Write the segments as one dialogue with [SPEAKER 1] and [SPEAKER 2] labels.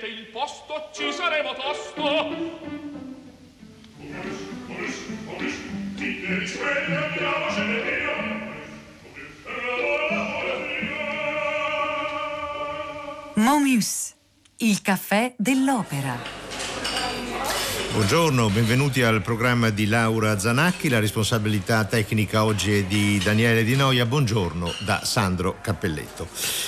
[SPEAKER 1] cedete il posto, ci saremo tosto. Ti devi svegliare, andiamo, ce ne via.
[SPEAKER 2] Momus, il caffè dell'opera.
[SPEAKER 3] Buongiorno, benvenuti al programma di Laura Zanacchi. La responsabilità tecnica oggi è di Daniele Di Noia. Buongiorno da Sandro Cappelletto.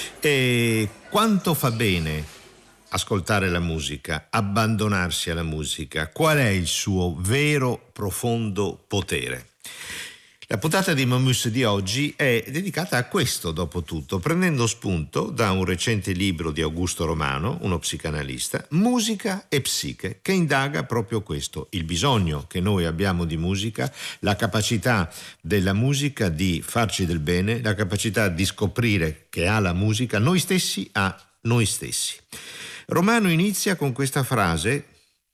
[SPEAKER 3] E quanto fa bene ascoltare la musica, abbandonarsi alla musica? Qual è il suo vero, profondo potere? La puntata di Momus di oggi è dedicata a questo, dopo tutto, prendendo spunto da un recente libro di Augusto Romano, uno psicanalista, Musica e psiche, che indaga proprio questo, il bisogno che noi abbiamo di musica, la capacità della musica di farci del bene, la capacità di scoprire che ha la musica noi stessi a noi stessi. Romano inizia con questa frase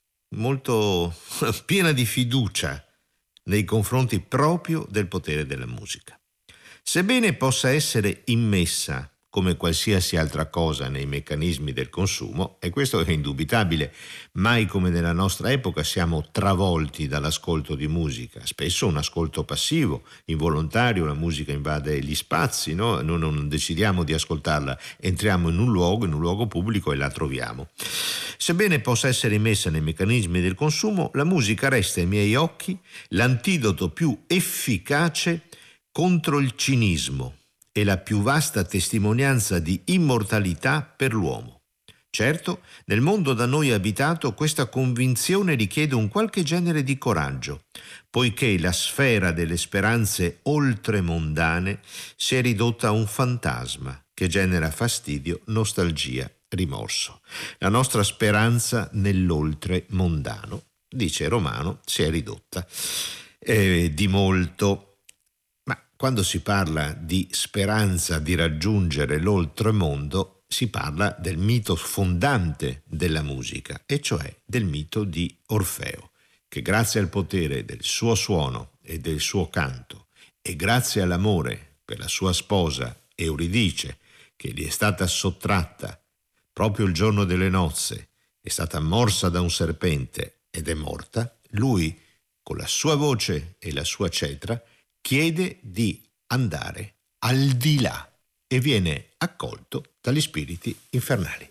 [SPEAKER 3] molto piena di fiducia nei confronti proprio del potere della musica. Sebbene possa essere immessa come qualsiasi altra cosa nei meccanismi del consumo, e questo è indubitabile, mai come nella nostra epoca siamo travolti dall'ascolto di musica, spesso un ascolto passivo, involontario, la musica invade gli spazi, no? Noi non decidiamo di ascoltarla, entriamo in un luogo pubblico e la troviamo. Sebbene possa essere immessa nei meccanismi del consumo, la musica resta ai miei occhi l'antidoto più efficace contro il cinismo e la più vasta testimonianza di immortalità per l'uomo. Certo, nel mondo da noi abitato questa convinzione richiede un qualche genere di coraggio, poiché la sfera delle speranze oltremondane si è ridotta a un fantasma che genera fastidio, nostalgia, rimorso. La nostra speranza nell'oltremondano, dice Romano, si è ridotta di molto. Quando si parla di speranza di raggiungere l'oltremondo, si parla del mito fondante della musica, e cioè del mito di Orfeo, che grazie al potere del suo suono e del suo canto, e grazie all'amore per la sua sposa Euridice, che gli è stata sottratta proprio il giorno delle nozze, è stata morsa da un serpente ed è morta, lui, con la sua voce e la sua cetra, chiede di andare al di là e viene accolto dagli spiriti infernali.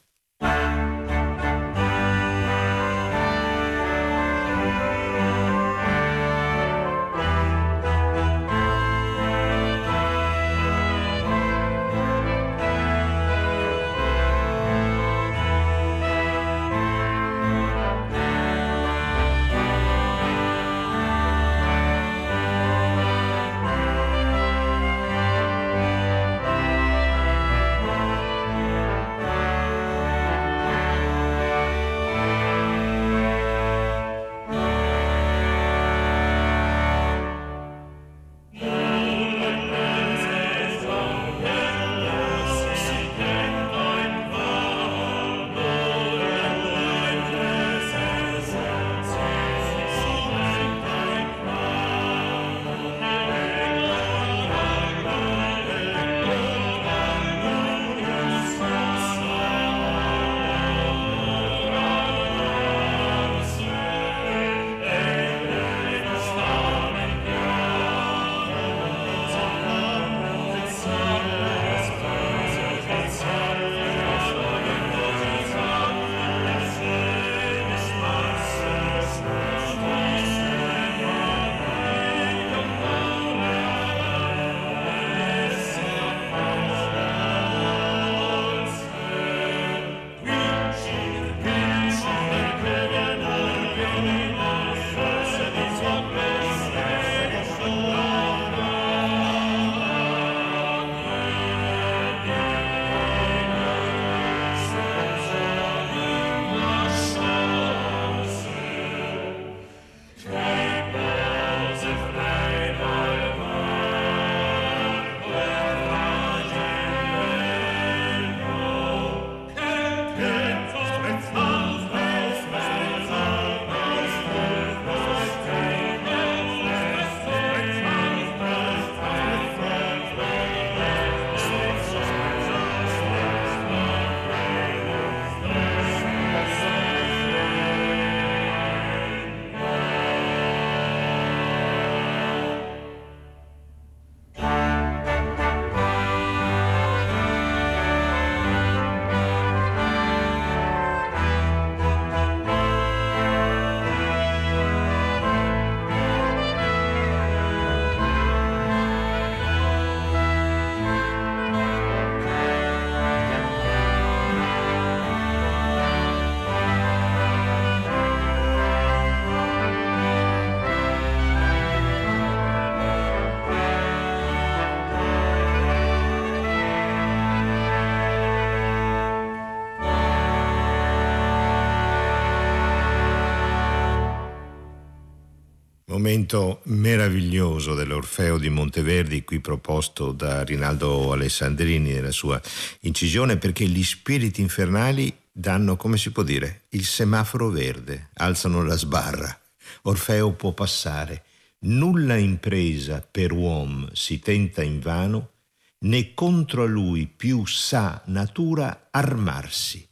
[SPEAKER 3] momento meraviglioso dell'Orfeo di Monteverdi, qui proposto da Rinaldo Alessandrini nella sua incisione, perché gli spiriti infernali danno, come si può dire, il semaforo verde, alzano la sbarra. Orfeo può passare, nulla impresa per uom si tenta invano, né contro a lui più sa natura armarsi.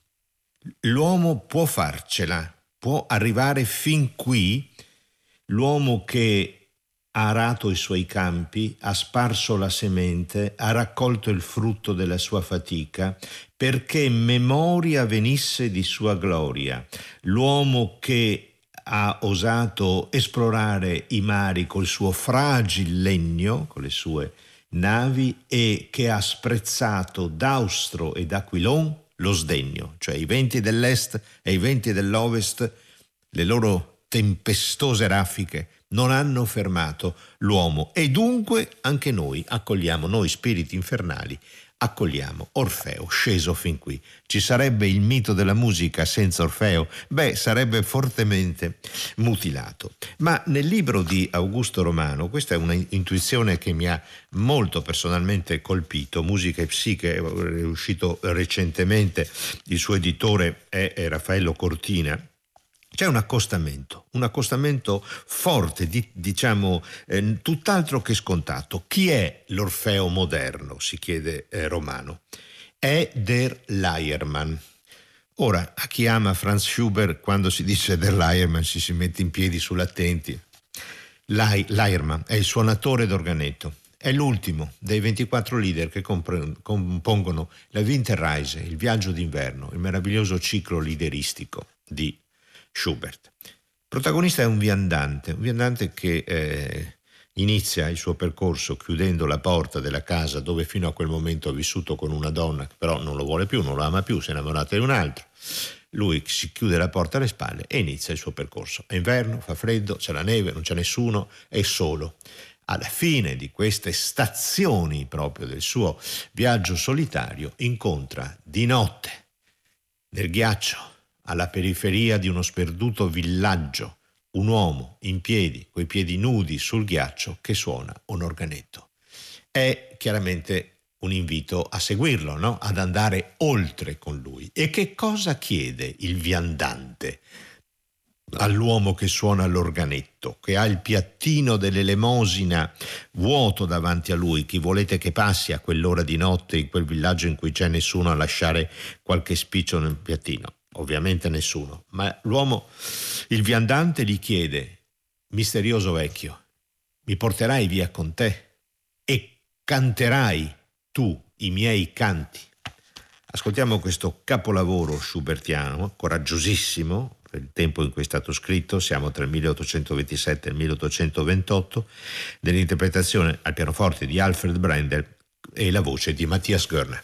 [SPEAKER 3] L'uomo può farcela, può arrivare fin qui. L'uomo che ha arato i suoi campi, ha sparso la semente, ha raccolto il frutto della sua fatica, perché memoria venisse di sua gloria. L'uomo che ha osato esplorare i mari col suo fragil legno, con le sue navi, e che ha sprezzato d'Austro e d'Aquilon lo sdegno, cioè i venti dell'est e i venti dell'ovest, le loro tempestose raffiche non hanno fermato l'uomo, e dunque anche noi accogliamo, noi spiriti infernali, accogliamo Orfeo sceso fin qui. Ci sarebbe il mito della musica senza Orfeo? Beh, sarebbe fortemente mutilato. Ma nel libro di Augusto Romano, questa è una intuizione che mi ha molto personalmente colpito, Musica e Psiche, è uscito recentemente, il suo editore è Raffaello Cortina. C'è un accostamento forte, diciamo, tutt'altro che scontato. Chi è l'Orfeo moderno? Si chiede Romano. È der Leiermann. Ora, a chi ama Franz Schubert, quando si dice der Leiermann si mette in piedi sull'attenti. Leiermann è il suonatore d'organetto. È l'ultimo dei 24 leader che compongono la Winterreise, il viaggio d'inverno, il meraviglioso ciclo lideristico di Schubert. Protagonista è un viandante che inizia il suo percorso chiudendo la porta della casa dove fino a quel momento ha vissuto con una donna che però non lo vuole più, non lo ama più, si è innamorato di un altro. Lui si chiude la porta alle spalle e inizia il suo percorso. È inverno, fa freddo, c'è la neve, non c'è nessuno, è solo. Alla fine di queste stazioni proprio del suo viaggio solitario incontra di notte nel ghiaccio, alla periferia di uno sperduto villaggio, un uomo in piedi, coi piedi nudi sul ghiaccio, che suona un organetto. È chiaramente un invito a seguirlo, no? Ad andare oltre con lui. E che cosa chiede il viandante all'uomo che suona l'organetto, che ha il piattino dell'elemosina vuoto davanti a lui? Chi volete che passi a quell'ora di notte in quel villaggio in cui c'è nessuno a lasciare qualche spiccio nel piattino? Ovviamente nessuno, ma l'uomo, il viandante, gli chiede: misterioso vecchio, mi porterai via con te e canterai tu i miei canti? Ascoltiamo questo capolavoro schubertiano, coraggiosissimo per il tempo in cui è stato scritto, siamo tra il 1827 e il 1828, dell'interpretazione al pianoforte di Alfred Brendel e la voce di Matthias Görner.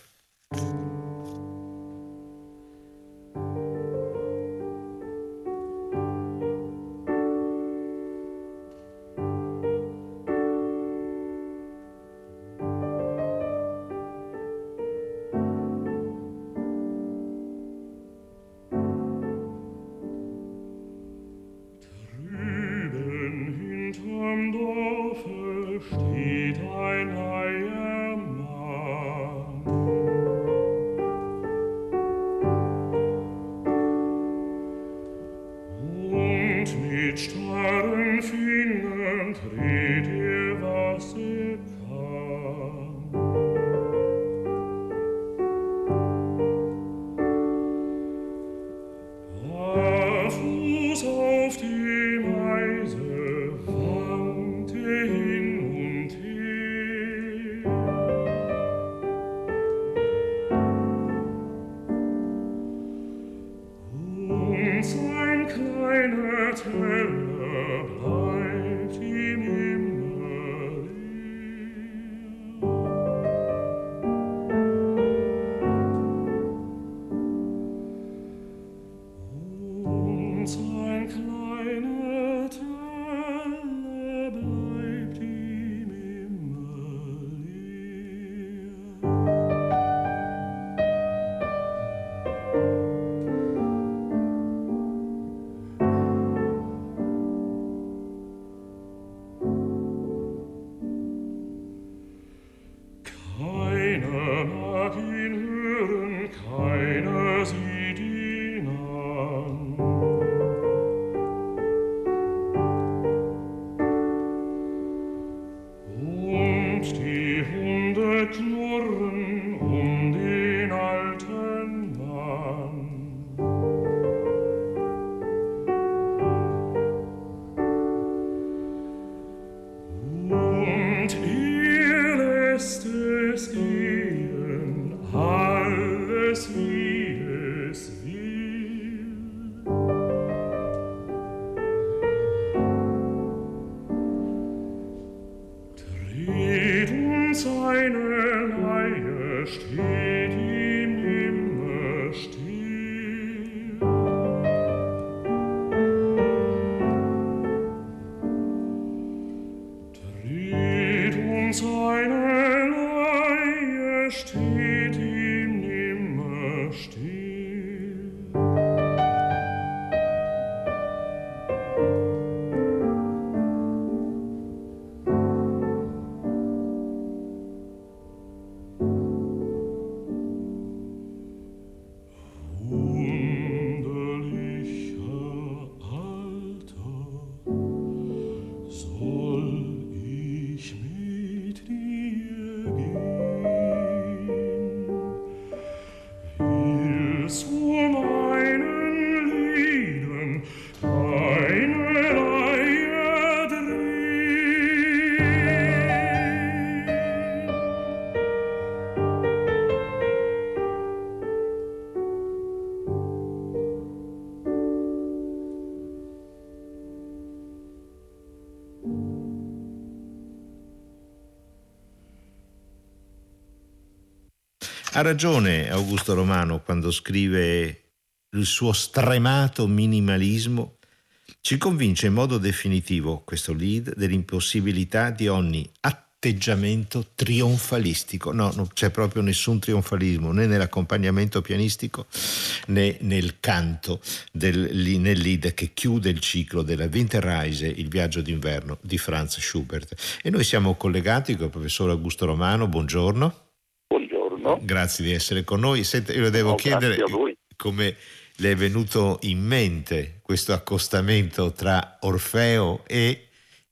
[SPEAKER 3] Ha ragione Augusto Romano quando scrive il suo stremato minimalismo. Ci convince in modo definitivo questo lead dell'impossibilità di ogni atteggiamento trionfalistico. No, non c'è proprio nessun trionfalismo né nell'accompagnamento pianistico né nel canto nel lead che chiude il ciclo della Winterreise, il viaggio d'inverno di Franz Schubert. E noi siamo collegati con il professor Augusto Romano. Buongiorno.
[SPEAKER 4] Buongiorno.
[SPEAKER 3] Grazie di essere con noi. Senta, io le devo chiedere come le è venuto in mente questo accostamento tra Orfeo e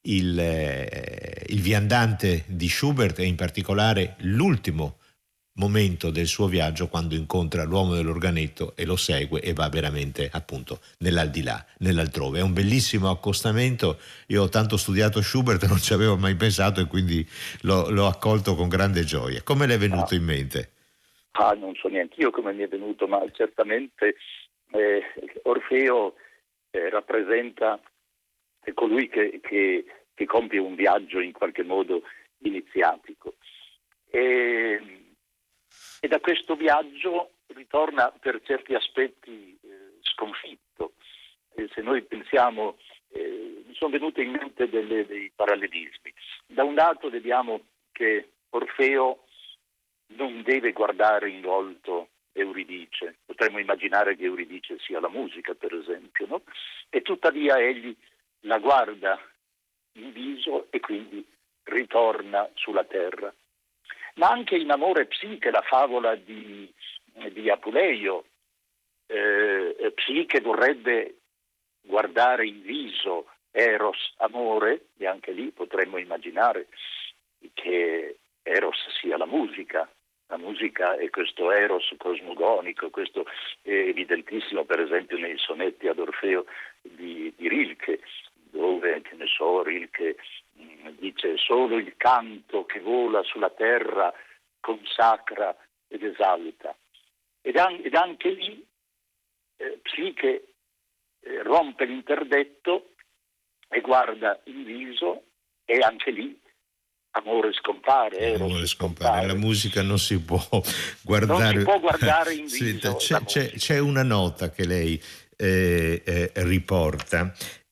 [SPEAKER 3] il viandante di Schubert, e in particolare l'ultimo momento del suo viaggio, quando incontra l'uomo dell'organetto e lo segue e va veramente appunto nell'aldilà, nell'altrove. È un bellissimo accostamento. Io ho tanto studiato Schubert, non ci avevo mai pensato e quindi l'ho accolto con grande gioia. Come le è venuto in mente?
[SPEAKER 4] Non so neanche io come mi è venuto, ma certamente Orfeo rappresenta colui che compie un viaggio in qualche modo iniziatico. E da questo viaggio ritorna per certi aspetti sconfitto. Se noi pensiamo, mi sono venute in mente dei parallelismi. Da un lato vediamo che Orfeo non deve guardare in volto Euridice, potremmo immaginare che Euridice sia la musica, per esempio, no? E tuttavia egli la guarda in viso e quindi ritorna sulla terra. Ma anche in Amore Psiche, la favola di Apuleio, Psiche vorrebbe guardare in viso Eros, amore, e anche lì potremmo immaginare che Eros sia la musica. La musica è questo Eros cosmogonico, questo è evidentissimo per esempio nei sonetti ad Orfeo di Rilke, dove, che ne so, Rilke dice: solo il canto che vola sulla terra consacra ed esalta. Ed anche lì Psiche rompe l'interdetto e guarda in viso, e anche lì amore scompare.
[SPEAKER 3] Amore scompare. La musica non si può guardare.
[SPEAKER 4] Non si può guardare in viso.
[SPEAKER 3] C'è una nota che lei riporta.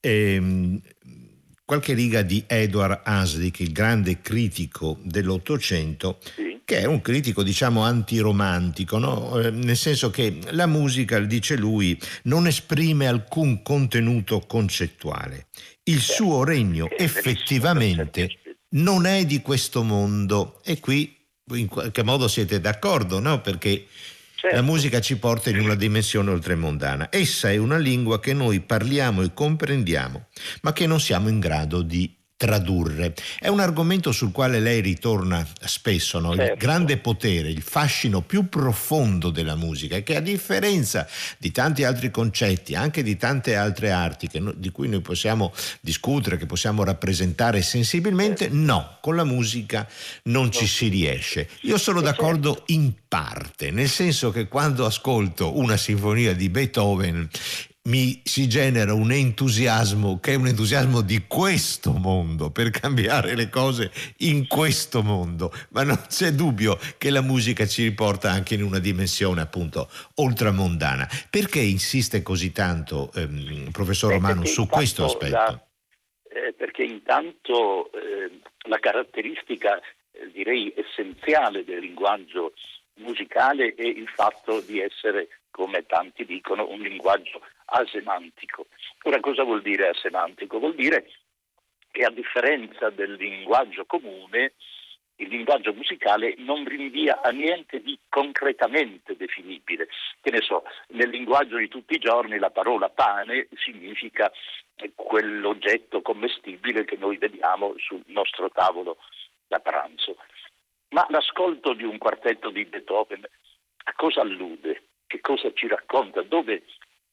[SPEAKER 3] Qualche riga di Edward Haslick, il grande critico dell'Ottocento, sì, che è un critico, diciamo, antiromantico, no? Nel senso che la musica, dice lui, non esprime alcun contenuto concettuale. Il suo regno effettivamente non è di questo mondo, e qui in qualche modo siete d'accordo, no? Perché la musica ci porta in una dimensione oltremondana. Essa è una lingua che noi parliamo e comprendiamo, ma che non siamo in grado di tradurre. È un argomento sul quale lei ritorna spesso, no? Il grande potere, il fascino più profondo della musica, è che, a differenza di tanti altri concetti, anche di tante altre arti di cui noi possiamo discutere, che possiamo rappresentare sensibilmente, no, con la musica non ci si riesce. Io sono d'accordo in parte, nel senso che quando ascolto una sinfonia di Beethoven mi si genera un entusiasmo che è un entusiasmo di questo mondo, per cambiare le cose in questo mondo, ma non c'è dubbio che la musica ci riporta anche in una dimensione appunto ultramondana. Perché insiste così tanto, professor Romano, su questo aspetto?
[SPEAKER 4] Perché intanto la caratteristica direi essenziale del linguaggio musicale è il fatto di essere, come tanti dicono, un linguaggio asemantico. Ora, cosa vuol dire asemantico? Vuol dire che, a differenza del linguaggio comune, il linguaggio musicale non rinvia a niente di concretamente definibile. Che ne so, nel linguaggio di tutti i giorni la parola pane significa quell'oggetto commestibile che noi vediamo sul nostro tavolo da pranzo. Ma l'ascolto di un quartetto di Beethoven a cosa allude? Che cosa ci racconta? Dove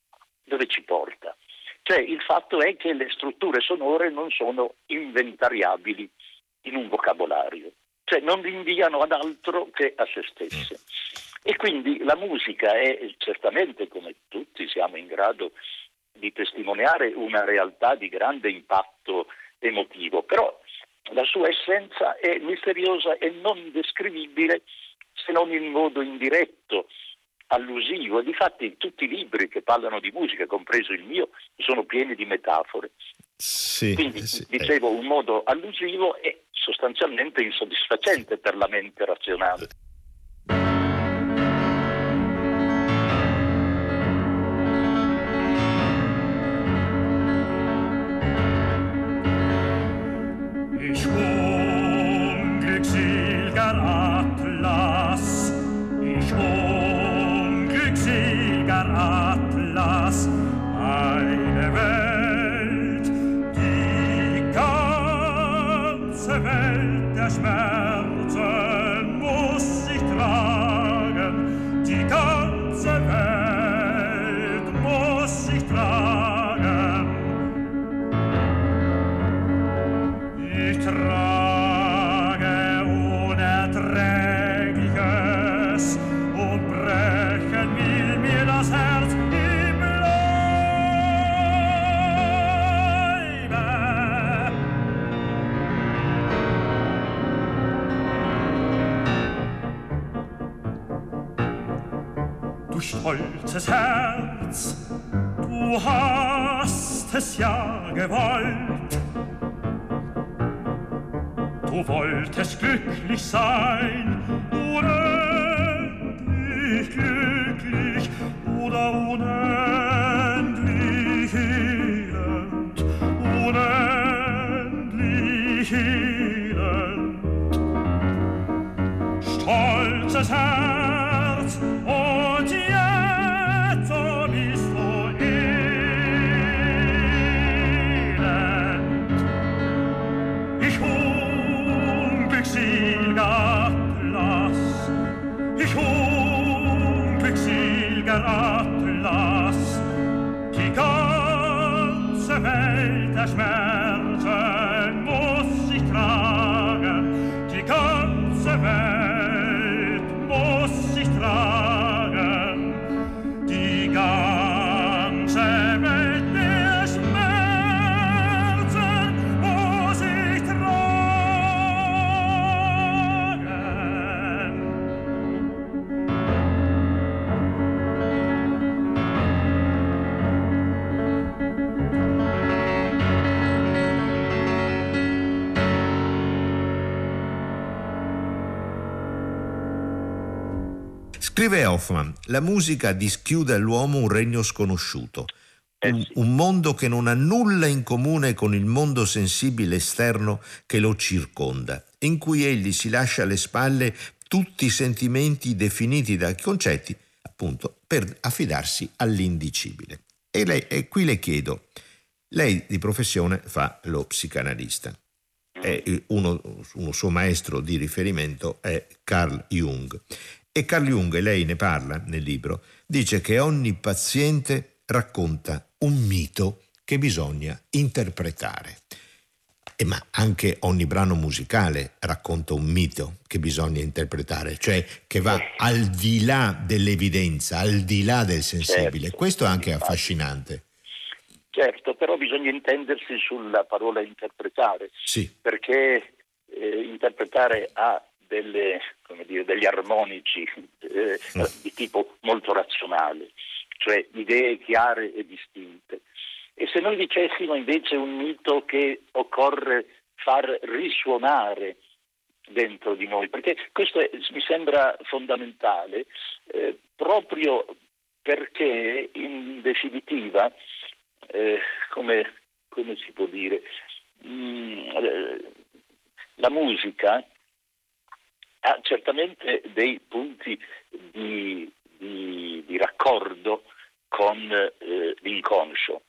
[SPEAKER 4] ci porta? Cioè, il fatto è che le strutture sonore non sono inventariabili in un vocabolario, cioè non rinviano ad altro che a se stesse. E quindi la musica è certamente, come tutti siamo in grado di testimoniare, una realtà di grande impatto emotivo, però la sua essenza è misteriosa e non descrivibile se non in modo indiretto, allusivo. Difatti tutti i libri che parlano di musica, compreso il mio, sono pieni di metafore.
[SPEAKER 3] Sì,
[SPEAKER 4] Quindi,
[SPEAKER 3] sì,
[SPEAKER 4] dicevo, un modo allusivo e sostanzialmente insoddisfacente per la mente razionale.
[SPEAKER 1] Ich unglückseliger Atlas, ich unglückseliger Atlas, eine Welt, die ganze Welt der Schmerzen muss ich tragen, die ganze Welt muss ich tragen. Ich trage Unerträgliches und brechen will mir das Herz im Leibe. Du stolzes Herz, du hast es ja gewollt. Du wolltest glücklich sein, unendlich glücklich oder unendlich elend, unendlich elend. Stolzes Herz, und jetzt so bist du elend. Ich unglückseliger Atlas, ich unglückseliger Atlas, die ganze Welt der Schmerzen muss ich tragen, die ganze Welt muss ich tragen, die ganze Welt der Schmerzen muss ich tragen.
[SPEAKER 3] Scrive Hoffman, la musica dischiude all'uomo un regno sconosciuto, un mondo che non ha nulla in comune con il mondo sensibile esterno che lo circonda, in cui egli si lascia alle spalle tutti i sentimenti definiti dai concetti, appunto, per affidarsi all'indicibile. E qui le chiedo, lei di professione fa lo psicanalista. Uno suo maestro di riferimento è Carl Jung. E Carl Jung, e lei ne parla nel libro, dice che ogni paziente racconta un mito che bisogna interpretare. Ma anche ogni brano musicale racconta un mito che bisogna interpretare, cioè che va al di là dell'evidenza, al di là del sensibile.
[SPEAKER 4] Certo.
[SPEAKER 3] Questo è anche affascinante.
[SPEAKER 4] Certo, però bisogna intendersi sulla parola interpretare,
[SPEAKER 3] Sì.
[SPEAKER 4] perché interpretare ha degli armonici di tipo molto razionale, cioè idee chiare e distinte. E se noi dicessimo invece un mito che occorre far risuonare dentro di noi, perché questo mi sembra fondamentale, proprio perché in definitiva, come si può dire, la musica ha certamente dei punti di raccordo con l'inconscio,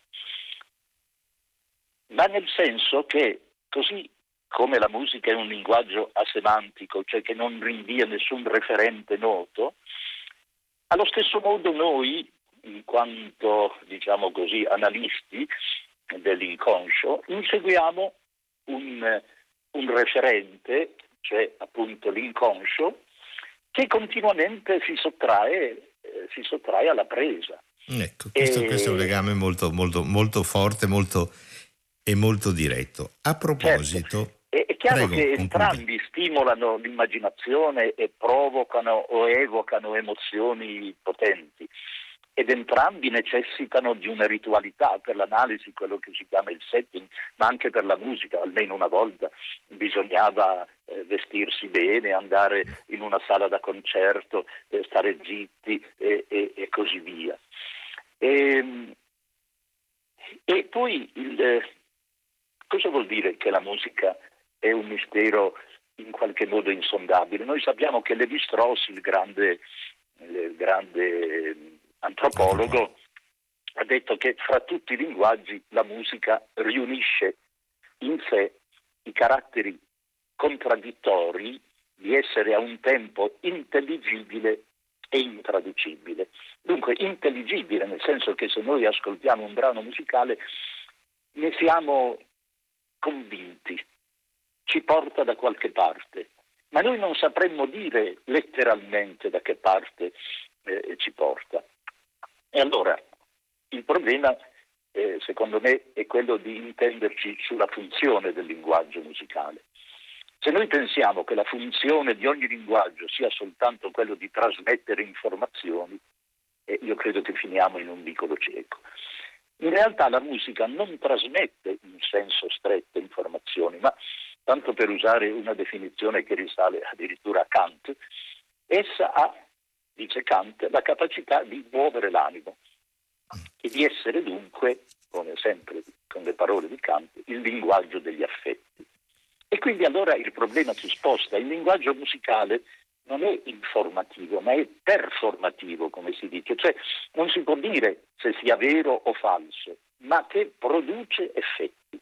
[SPEAKER 4] ma nel senso che così come la musica è un linguaggio asemantico, cioè che non rinvia nessun referente noto, allo stesso modo noi, in quanto, diciamo così, analisti dell'inconscio, inseguiamo un referente, cioè appunto l'inconscio, che continuamente si sottrae alla presa.
[SPEAKER 3] Ecco, questo è un legame molto, molto, molto forte, molto diretto. A proposito,
[SPEAKER 4] È chiaro
[SPEAKER 3] Prego,
[SPEAKER 4] che
[SPEAKER 3] concludi.
[SPEAKER 4] entrambi stimolano l'immaginazione e provocano o evocano emozioni potenti, ed entrambi necessitano di una ritualità per l'analisi, quello che si chiama il setting, ma anche per la musica. Almeno una volta bisognava vestirsi bene, andare in una sala da concerto, stare zitti e così via. E poi cosa vuol dire che la musica è un mistero in qualche modo insondabile? Noi sappiamo che Lévi-Strauss, il grande antropologo, ha detto che fra tutti i linguaggi la musica riunisce in sé i caratteri contraddittori di essere a un tempo intelligibile e intraducibile. Dunque intelligibile nel senso che se noi ascoltiamo un brano musicale ne siamo convinti, ci porta da qualche parte, ma noi non sapremmo dire letteralmente da che parte ci porta. E allora il problema secondo me è quello di intenderci sulla funzione del linguaggio musicale. Se noi pensiamo che la funzione di ogni linguaggio sia soltanto quello di trasmettere informazioni, io credo che finiamo in un vicolo cieco. In realtà la musica non trasmette in senso stretto informazioni, ma tanto per usare una definizione che risale addirittura a Kant, essa ha, dice Kant, la capacità di muovere l'animo e di essere dunque, come sempre con le parole di Kant, il linguaggio degli affetti. E quindi allora il problema si sposta. Il linguaggio musicale non è informativo, ma è performativo, come si dice, cioè non si può dire se sia vero o falso, ma che produce effetti.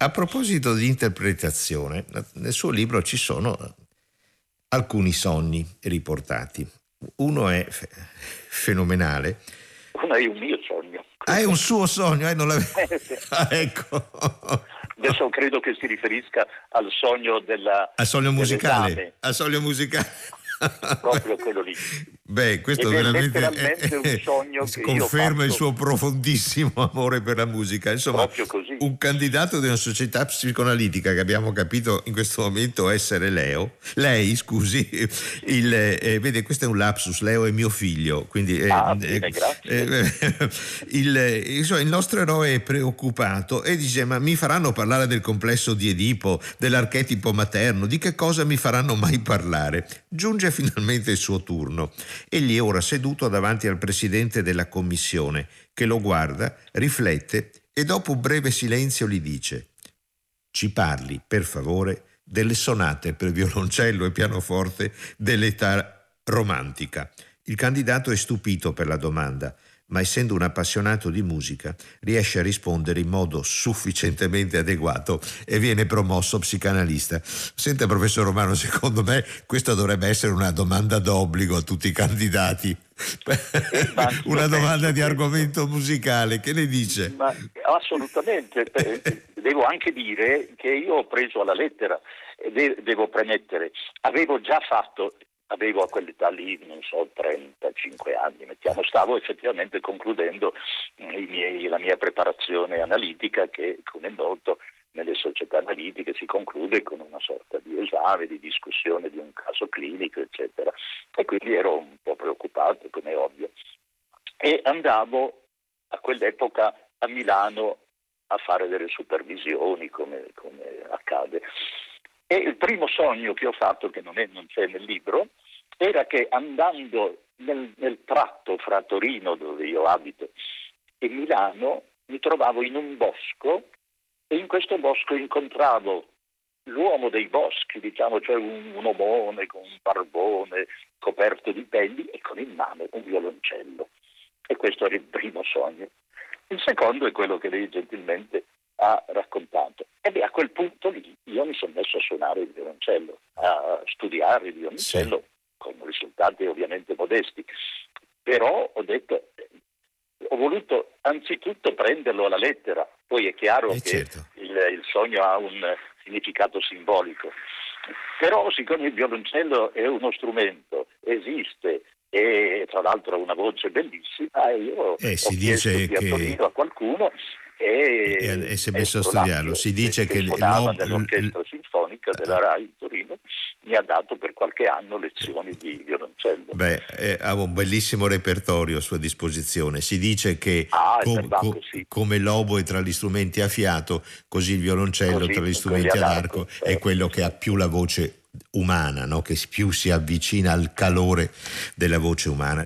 [SPEAKER 3] A proposito di interpretazione, nel suo libro ci sono alcuni sogni riportati. Uno è fenomenale.
[SPEAKER 4] Uno è un mio sogno.
[SPEAKER 3] Ah, è un suo sogno, non l'avevo... ecco.
[SPEAKER 4] Adesso credo che si riferisca al sogno
[SPEAKER 3] al sogno musicale. Al sogno musicale.
[SPEAKER 4] Proprio quello lì.
[SPEAKER 3] Beh, questo
[SPEAKER 4] ed è
[SPEAKER 3] veramente
[SPEAKER 4] letteralmente un sogno che
[SPEAKER 3] conferma
[SPEAKER 4] io
[SPEAKER 3] il suo profondissimo amore per la musica. Insomma,
[SPEAKER 4] proprio così.
[SPEAKER 3] Un candidato di una società psicoanalitica che abbiamo capito in questo momento essere lei, scusi, vede, questo è un lapsus, Leo è mio figlio, quindi
[SPEAKER 4] bene, grazie.
[SPEAKER 3] Il nostro eroe è preoccupato e dice: ma mi faranno parlare del complesso di Edipo, dell'archetipo materno, di che cosa mi faranno mai parlare? Giunge finalmente il suo turno. Egli è ora seduto davanti al presidente della commissione, che lo guarda, riflette e dopo un breve silenzio gli dice: ci parli, per favore, delle sonate per violoncello e pianoforte dell'età romantica. Il candidato è stupito per la domanda, ma essendo un appassionato di musica riesce a rispondere in modo sufficientemente adeguato e viene promosso psicanalista. Senta, professor Romano, secondo me questa dovrebbe essere una domanda d'obbligo a tutti i candidati. Una domanda di argomento musicale, che ne dice?
[SPEAKER 4] Ma assolutamente. Devo anche dire che io ho preso alla lettera, devo premettere, avevo a quell'età lì, non so, 35 anni, stavo effettivamente concludendo la mia preparazione analitica, che, come è noto, nelle società analitiche si conclude con una sorta di esame, di discussione di un caso clinico, eccetera. E quindi ero un po' preoccupato, come è ovvio. E andavo a quell'epoca a Milano a fare delle supervisioni, come accade. E il primo sogno che ho fatto, che non c'è nel libro, era che andando nel tratto fra Torino, dove io abito, e Milano, mi trovavo in un bosco e in questo bosco incontravo l'uomo dei boschi, cioè un omone con un barbone coperto di pelli e con in mano un violoncello. E questo era il primo sogno. Il secondo è quello che lei gentilmente ha raccontato. E a quel punto lì io mi sono messo a suonare il violoncello, a studiare il violoncello, sì, con risultati ovviamente modesti. Però ho voluto anzitutto prenderlo alla lettera, poi è chiaro che
[SPEAKER 3] certo,
[SPEAKER 4] il sogno ha un significato simbolico. Però siccome il violoncello è uno strumento, esiste, e tra l'altro ha una voce bellissima, io ho chiesto di Torino a qualcuno
[SPEAKER 3] e si è messo a studiarlo. Si dice che
[SPEAKER 4] suonava nell'orchestra sinfonica della RAI di Torino, mi ha dato per qualche anno lezioni di violoncello.
[SPEAKER 3] Ha un bellissimo repertorio a sua disposizione. Si dice che come l'oboe tra gli strumenti a fiato, così il violoncello tra gli strumenti ad arco è quello che ha più la voce umana, no? Che più si avvicina al calore della voce umana.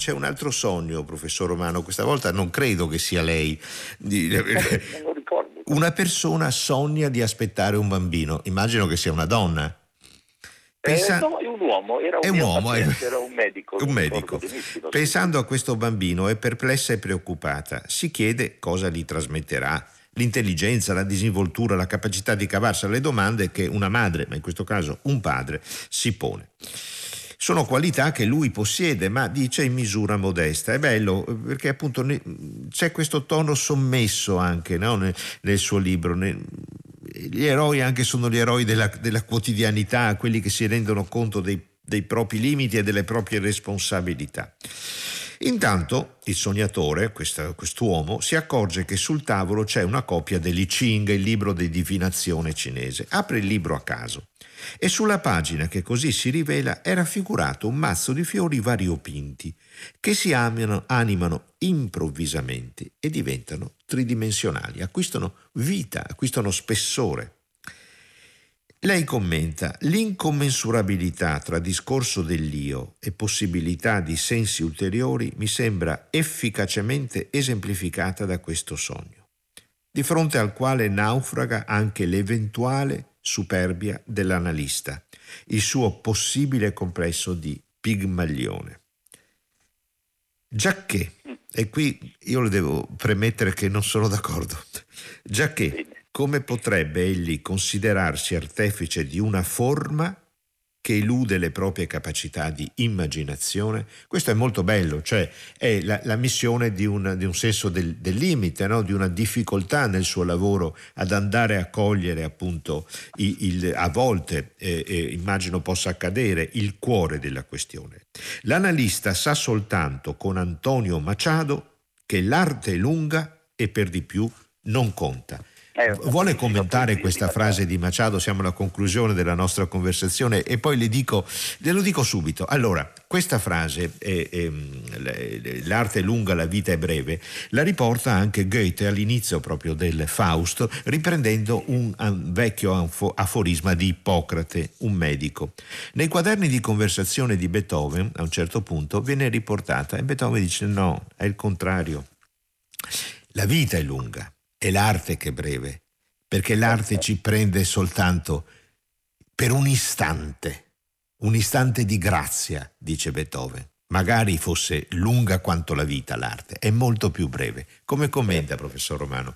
[SPEAKER 3] c'è un altro sogno, professor Romano, questa volta non credo che sia lei.
[SPEAKER 4] Non lo ricordo.
[SPEAKER 3] Una persona sogna di aspettare un bambino, immagino che sia una donna.
[SPEAKER 4] No, è un uomo, era un mio paziente, era un medico.
[SPEAKER 3] Un medico. Pensando a questo bambino è perplessa e preoccupata, si chiede cosa gli trasmetterà. L'intelligenza, la disinvoltura, la capacità di cavarsi alle domande che una madre, ma in questo caso un padre, si pone. Sono qualità che lui possiede, ma dice in misura modesta. È bello perché appunto c'è questo tono sommesso anche, no? nel suo libro. Gli eroi anche sono gli eroi della quotidianità, quelli che si rendono conto dei propri limiti e delle proprie responsabilità. Intanto il sognatore, quest'uomo, si accorge che sul tavolo c'è una copia dell'I Ching, il libro di divinazione cinese. Apre il libro a caso e sulla pagina che così si rivela è raffigurato un mazzo di fiori variopinti che si animano improvvisamente e diventano tridimensionali, acquistano vita, acquistano spessore. Lei commenta: l'incommensurabilità tra discorso dell'io e possibilità di sensi ulteriori mi sembra efficacemente esemplificata da questo sogno, di fronte al quale naufraga anche l'eventuale superbia dell'analista, il suo possibile complesso di Pigmalione. Giacché, e qui io le devo premettere che non sono d'accordo, giacché come potrebbe egli considerarsi artefice di una forma che elude le proprie capacità di immaginazione? Questo è molto bello, cioè è la missione di un senso del limite, no? Di una difficoltà nel suo lavoro ad andare a cogliere appunto a volte, immagino possa accadere, il cuore della questione. L'analista sa soltanto con Antonio Machado che l'arte è lunga e per di più non conta. Vuole commentare questa frase di Machado? Siamo alla conclusione della nostra conversazione e poi glielo dico subito. Allora, questa frase, l'arte è lunga, la vita è breve, la riporta anche Goethe all'inizio proprio del Fausto, riprendendo un vecchio aforisma di Ippocrate, un medico. Nei quaderni di conversazione di Beethoven, a un certo punto, viene riportata e Beethoven dice no, è il contrario. La vita è lunga. È l'arte che è breve, perché l'arte ci prende soltanto per un istante di grazia, dice Beethoven. Magari fosse lunga quanto la vita l'arte, è molto più breve. Come commenta, professor Romano?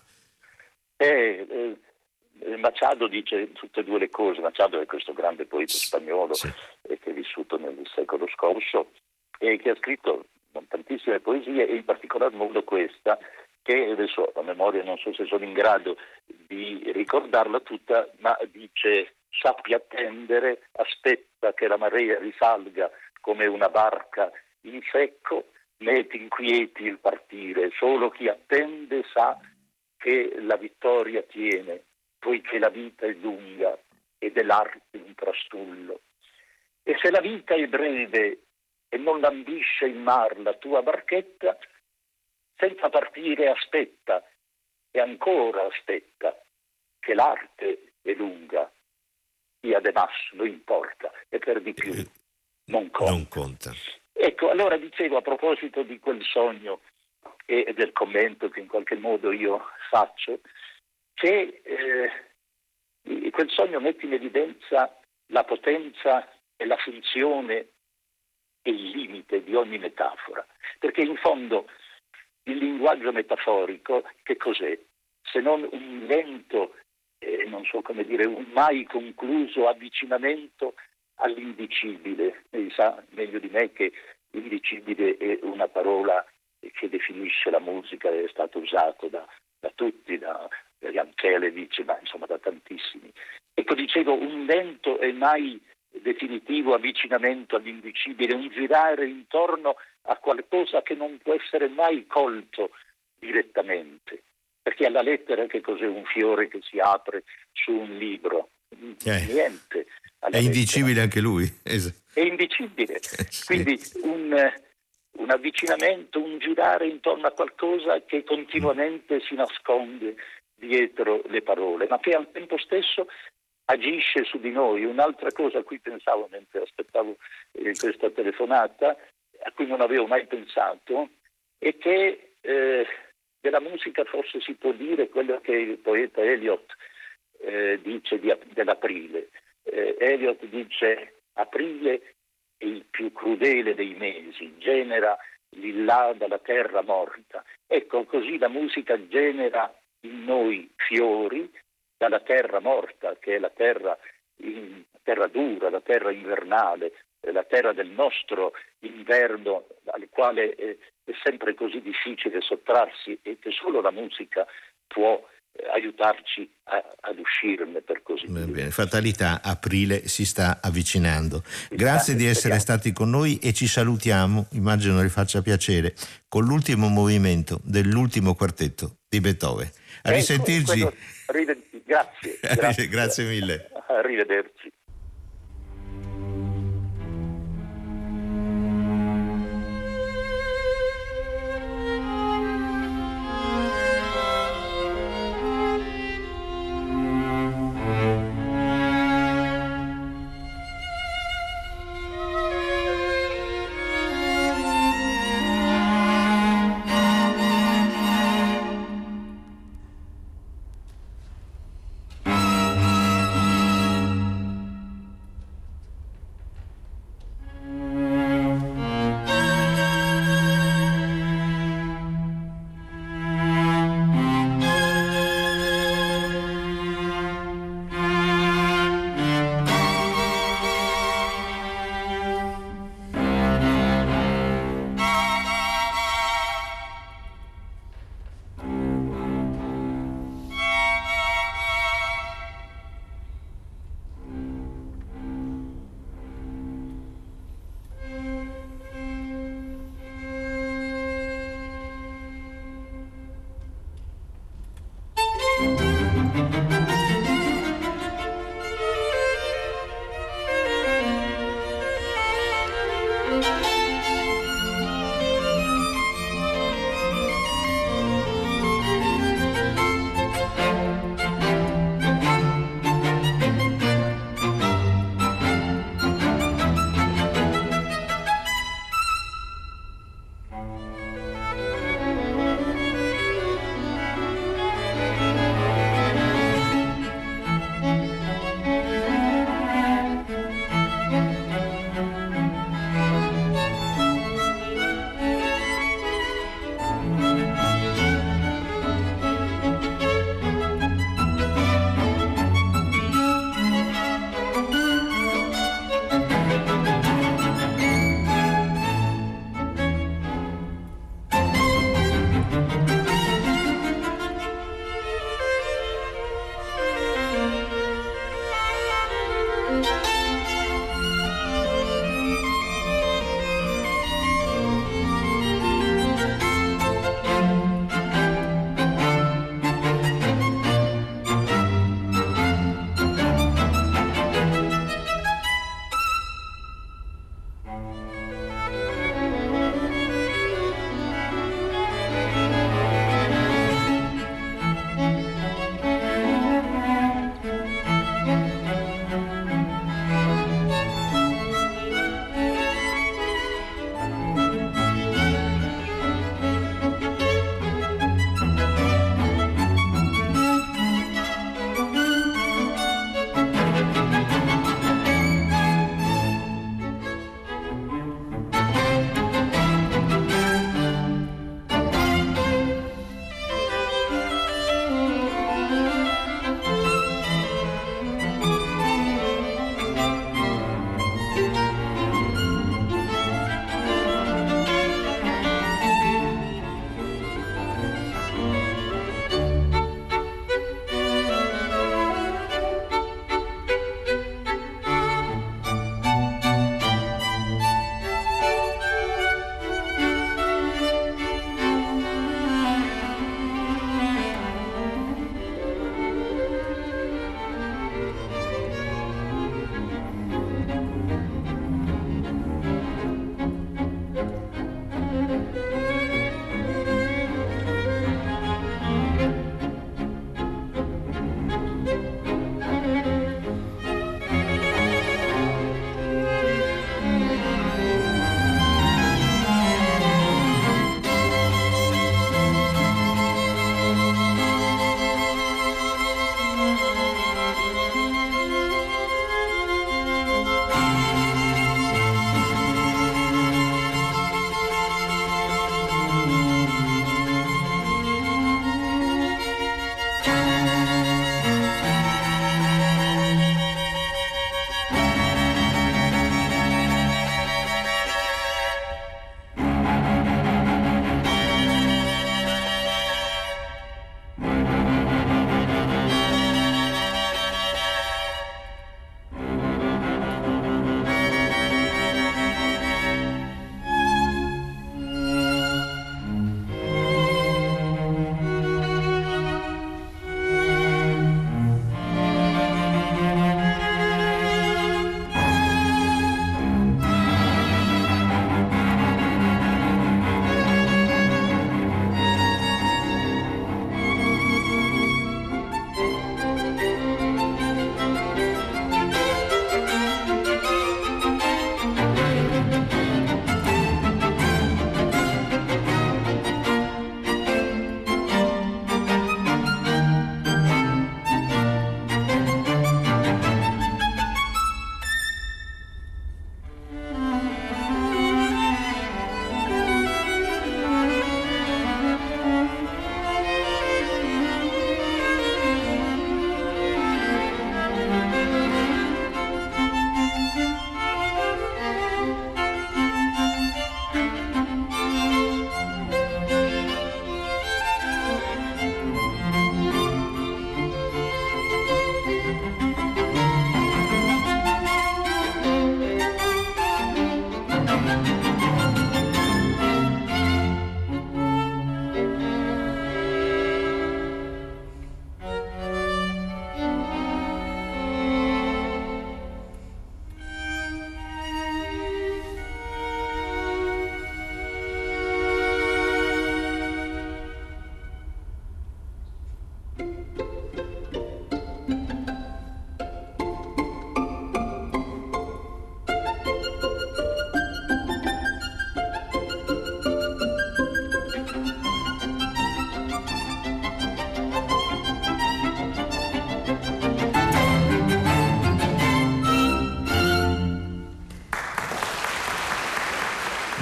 [SPEAKER 4] Machado dice tutte e due le cose. Machado è questo grande poeta spagnolo che è vissuto nel secolo scorso e che ha scritto tantissime poesie e in particolar modo questa, che adesso a memoria non so se sono in grado di ricordarla tutta, ma dice: sappi attendere, aspetta che la marea risalga come una barca in secco, né ti inquieti il partire, solo chi attende sa che la vittoria tiene, poiché la vita è lunga ed è l'arte un trastullo. E se la vita è breve e non lambisce in mar la tua barchetta, senza partire aspetta e ancora aspetta che l'arte è lunga e además non importa e per di più non conta. Ecco, allora dicevo a proposito di quel sogno e del commento che in qualche modo io faccio, che quel sogno mette in evidenza la potenza e la funzione e il limite di ogni metafora, perché in fondo il linguaggio metaforico che cos'è? Se non un lento, non so come dire, un mai concluso avvicinamento all'indicibile. Lei sa meglio di me che indicibile è una parola che definisce la musica, è stato usato da tutti, da Jan Kelevich, ma insomma da tantissimi. Ecco, dicevo, un lento e mai definitivo avvicinamento all'indicibile, un girare intorno a qualcosa che non può essere mai colto direttamente, perché alla lettera che cos'è? Un fiore che si apre su un libro, niente.
[SPEAKER 3] È indicibile anche lui.
[SPEAKER 4] È indicibile, sì. Quindi un avvicinamento, un girare intorno a qualcosa che continuamente si nasconde dietro le parole, ma che al tempo stesso agisce su di noi. Un'altra cosa a cui pensavo mentre aspettavo questa telefonata, a cui non avevo mai pensato, e che della musica forse si può dire quello che il poeta Eliot dice dell'aprile. Eliot dice: aprile è il più crudele dei mesi, genera lillà dalla terra morta. Ecco, così la musica genera in noi fiori dalla terra morta, che è la terra dura, la terra invernale, la terra del nostro inverno, al quale è sempre così difficile sottrarsi, e che solo la musica può aiutarci ad uscirne, per così dire.
[SPEAKER 3] Bene, fatalità, aprile si sta avvicinando. Grazie di essere stati con noi e ci salutiamo, immagino vi faccia piacere, con l'ultimo movimento dell'ultimo quartetto di Beethoven. A risentirci.
[SPEAKER 4] Grazie.
[SPEAKER 3] Grazie mille.
[SPEAKER 4] Arrivederci.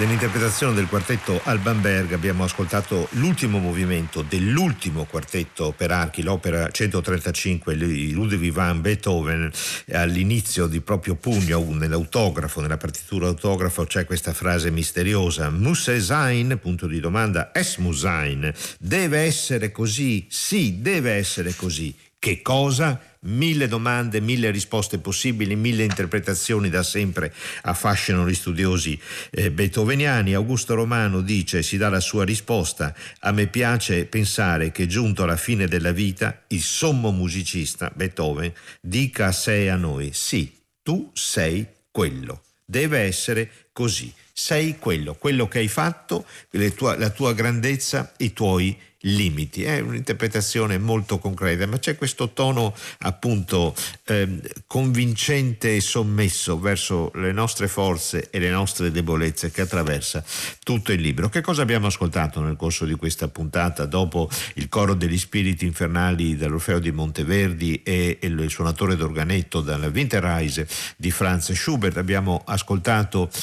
[SPEAKER 3] Nell'interpretazione del quartetto Alban Berg abbiamo ascoltato l'ultimo movimento dell'ultimo quartetto per archi, l'opera 135 di Ludwig van Beethoven. All'inizio di proprio pugno, nell'autografo, nella partitura autografo, c'è questa frase misteriosa: Muss es sein? Punto di domanda. Es muss sein. Deve essere così? Sì, deve essere così. Che cosa? 1000 domande, 1000 risposte possibili, 1000 interpretazioni da sempre affascinano gli studiosi beethoveniani. Augusto Romano dice, si dà la sua risposta: a me piace pensare che giunto alla fine della vita il sommo musicista Beethoven dica a sé e a noi: sì, tu sei quello, deve essere così, sei quello che hai fatto, la tua grandezza, i tuoi limiti. È un'interpretazione molto concreta, ma c'è questo tono appunto convincente e sommesso verso le nostre forze e le nostre debolezze che attraversa tutto il libro. Che cosa abbiamo ascoltato nel corso di questa puntata? Dopo il coro degli spiriti infernali dall'Orfeo di Monteverdi e il suonatore d'organetto dalla Winterreise di Franz Schubert, abbiamo ascoltato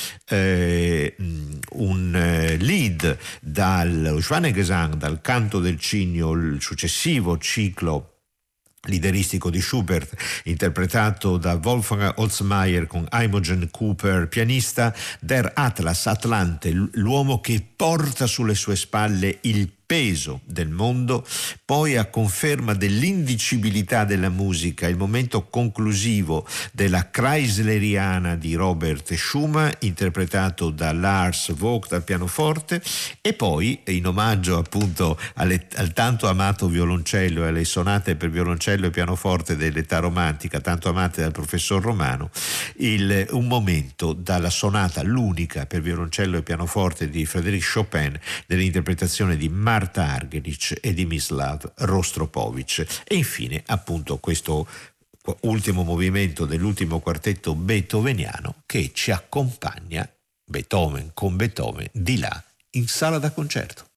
[SPEAKER 3] un lead dal Schwanengesang, dal canto del cigno, il successivo ciclo lideristico di Schubert, interpretato da Wolfgang Holzmeier con Imogen Cooper pianista. Der Atlas, Atlante, l'uomo che porta sulle sue spalle il peso del mondo, poi a conferma dell'indicibilità della musica, il momento conclusivo della Chrysleriana di Robert Schumann, interpretato da Lars Vogt al pianoforte, e poi, in omaggio appunto al tanto amato violoncello e alle sonate per violoncello e pianoforte dell'età romantica, tanto amate dal professor Romano, un momento dalla sonata, l'unica per violoncello e pianoforte di Frédéric Chopin, dell'interpretazione di Marta Argerich e di Mislav Rostropovich. E infine appunto questo ultimo movimento dell'ultimo quartetto beethoveniano che ci accompagna, Beethoven con Beethoven, di là in sala da concerto.